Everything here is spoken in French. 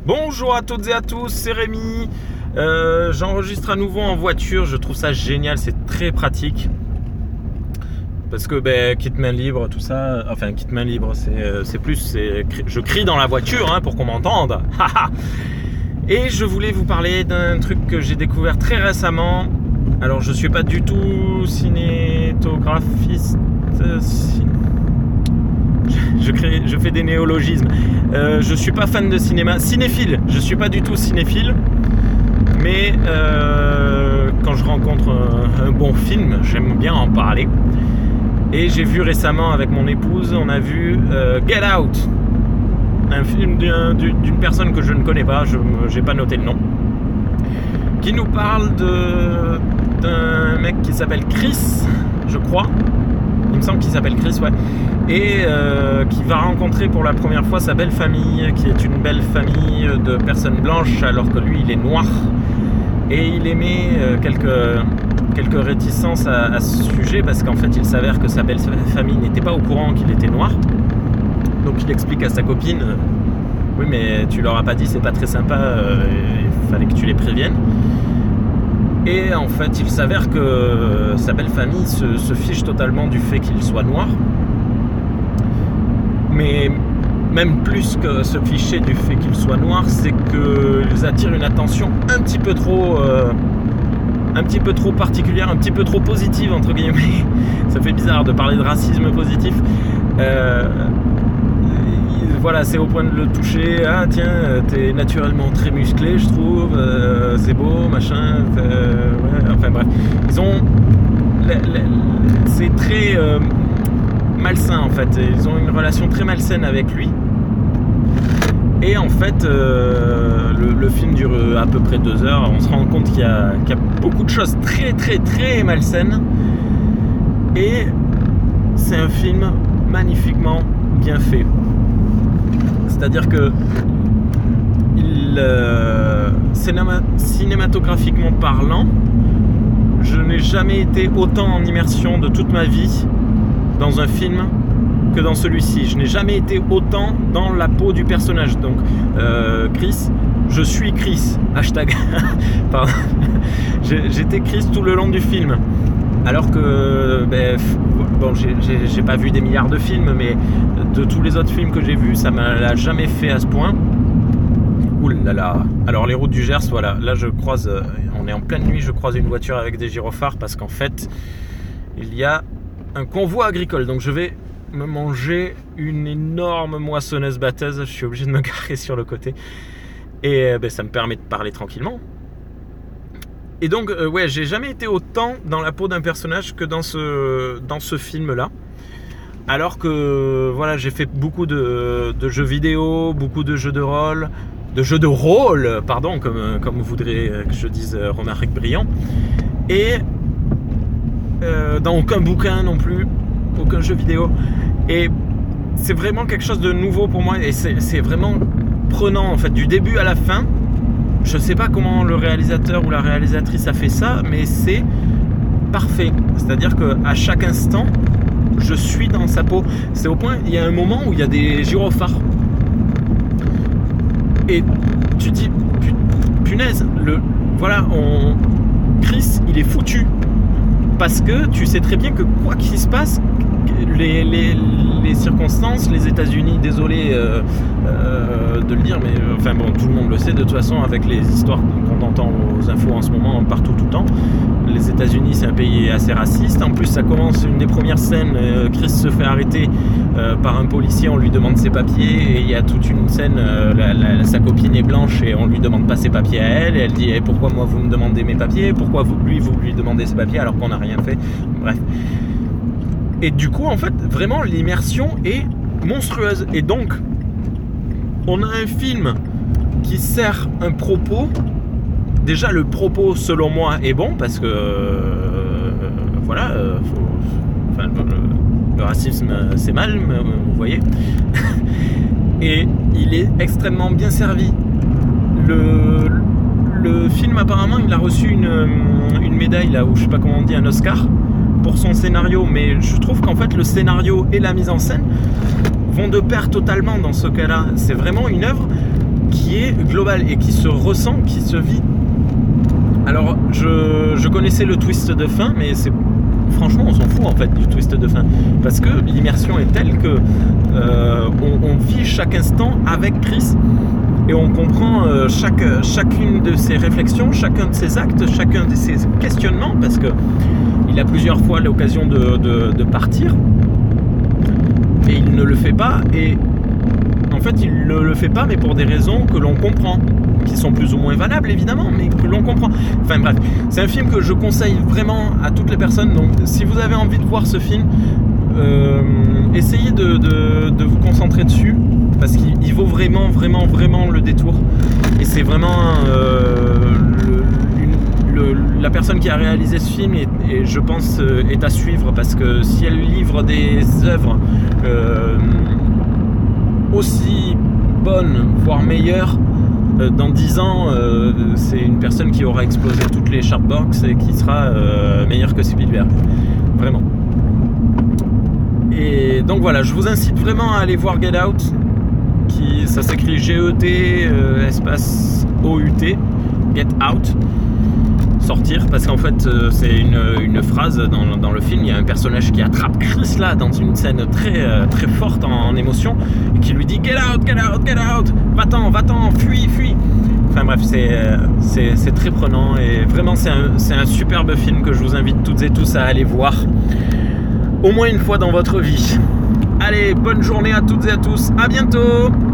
Bonjour à toutes et à tous, c'est Rémi. J'enregistre à nouveau en voiture, je trouve ça génial, c'est très pratique. Parce que kit main libre, tout ça, enfin kit main libre, je crie dans la voiture pour qu'on m'entende. Et je voulais vous parler d'un truc que j'ai découvert très récemment. Alors je suis pas du tout cinétographiste. Je fais des néologismes. Je suis pas fan de cinéma. Cinéphile, je suis pas du tout cinéphile. Mais quand je rencontre un bon film, j'aime bien en parler. Et j'ai vu récemment avec mon épouse, on a vu Get Out. Un film d'une personne que je ne connais pas, je n'ai pas noté le nom. Qui nous parle d'un mec qui s'appelle Chris, je crois. Il me semble qu'il s'appelle Chris, ouais. Et qui va rencontrer pour la première fois sa belle famille, qui est une belle famille de personnes blanches, alors que lui, il est noir. Et il émet quelques réticences à ce sujet, parce qu'en fait, il s'avère que sa belle famille n'était pas au courant qu'il était noir. Donc il explique à sa copine, oui, mais tu leur as pas dit, c'est pas très sympa, il fallait que tu les préviennes. Et en fait, il s'avère que sa belle famille se fiche totalement du fait qu'il soit noir. Mais même plus que se ficher du fait qu'il soit noir, c'est qu'ils attirent une attention un petit peu trop particulière, un petit peu trop positive, entre guillemets. Ça fait bizarre de parler de racisme positif. Voilà, c'est au point de le toucher. Ah tiens, t'es naturellement très musclé, je trouve. C'est beau, machin. Ouais, enfin bref, c'est très malsain en fait. Ils ont une relation très malsaine avec lui. Et en fait, le film dure à peu près 2 heures. On se rend compte qu'il y a beaucoup de choses très très très malsaines. Et c'est un film magnifiquement bien fait. C'est-à-dire que cinématographiquement parlant, je n'ai jamais été autant en immersion de toute ma vie dans un film que dans celui-ci. Je n'ai jamais été autant dans la peau du personnage. Donc Chris, je suis Chris. Hashtag. Pardon. J'étais Chris tout le long du film. Alors que j'ai pas vu des milliards de films, mais de tous les autres films que j'ai vus, ça m'a jamais fait à ce point. Ouh là là. Alors les routes du Gers, voilà. Là on est en pleine nuit, je croise une voiture avec des gyrophares parce qu'en fait, il y a un convoi agricole. Donc je vais me manger une énorme moissonneuse-batteuse. Je suis obligé de me garer sur le côté. Et ça me permet de parler tranquillement. Et donc, j'ai jamais été autant dans la peau d'un personnage que dans ce film-là. Alors que, voilà, j'ai fait beaucoup de jeux vidéo, beaucoup de jeux de rôle, pardon, comme voudrait que je dise Romaric Briand. Et dans aucun bouquin non plus, aucun jeu vidéo. Et c'est vraiment quelque chose de nouveau pour moi. Et c'est vraiment prenant, en fait, du début à la fin. Je sais pas comment le réalisateur ou la réalisatrice a fait ça, mais c'est parfait. C'est-à-dire qu'à chaque instant, je suis dans sa peau. C'est au point, il y a un moment où il y a des gyrophares. Et tu dis, punaise, Chris, il est foutu. Parce que tu sais très bien que quoi qu'il se passe, les circonstances, les États-Unis, désolé de le dire, mais enfin bon, tout le monde le sait de toute façon avec les histoires qu'on entend aux infos en ce moment, partout tout le temps. Les États-Unis, c'est un pays assez raciste. En plus, ça commence une des premières scènes. Chris se fait arrêter par un policier, on lui demande ses papiers, et il y a toute une scène. Sa copine est blanche et on lui demande pas ses papiers à elle, et elle dit pourquoi moi vous me demandez mes papiers, pourquoi vous lui demandez ses papiers alors qu'on n'a rien fait. Bref. Et du coup, en fait, vraiment, l'immersion est monstrueuse. Et donc, on a un film qui sert un propos. Déjà, le propos, selon moi, est bon, parce que, le racisme, c'est mal, vous voyez. Et il est extrêmement bien servi. Le film, apparemment, il a reçu une médaille, là, ou je sais pas comment on dit, un Oscar, pour son scénario, mais je trouve qu'en fait le scénario et la mise en scène vont de pair totalement dans ce cas-là. C'est vraiment une œuvre qui qui est global et qui se ressent, qui se vit. Alors, je connaissais le twist de fin, mais franchement, on s'en fout en fait du twist de fin, parce que l'immersion est telle que on vit chaque instant avec Chris et on comprend chacune de ses réflexions, chacun de ses actes, chacun de ses questionnements, parce que il a plusieurs fois l'occasion de partir et il ne le fait pas, et en fait il ne le fait pas mais pour des raisons que l'on comprend, qui sont plus ou moins valables évidemment, mais que l'on comprend. Enfin bref, c'est un film que je conseille vraiment à toutes les personnes, donc si vous avez envie de voir ce film, essayez de vous concentrer dessus, parce qu'il vaut vraiment le détour, et c'est vraiment la personne qui a réalisé ce film et je pense est à suivre, parce que si elle livre des œuvres aussi bonnes, voire meilleures, dans 10 ans, c'est une personne qui aura explosé toutes les chartbox et qui sera meilleure que Spielberg, vraiment. Et donc voilà, je vous incite vraiment à aller voir Get Out, ça s'écrit G-E-T espace O-U-T, Get Out, sortir, parce qu'en fait c'est une phrase dans le film. Il y a un personnage qui attrape Chris là dans une scène très forte en émotion, et qui lui dit Get out, get out, get out, va-t'en, fuis. Enfin bref, c'est très prenant, et vraiment c'est un superbe film que je vous invite toutes et tous à aller voir au moins une fois dans votre vie. Allez, bonne journée à toutes et à tous, à bientôt.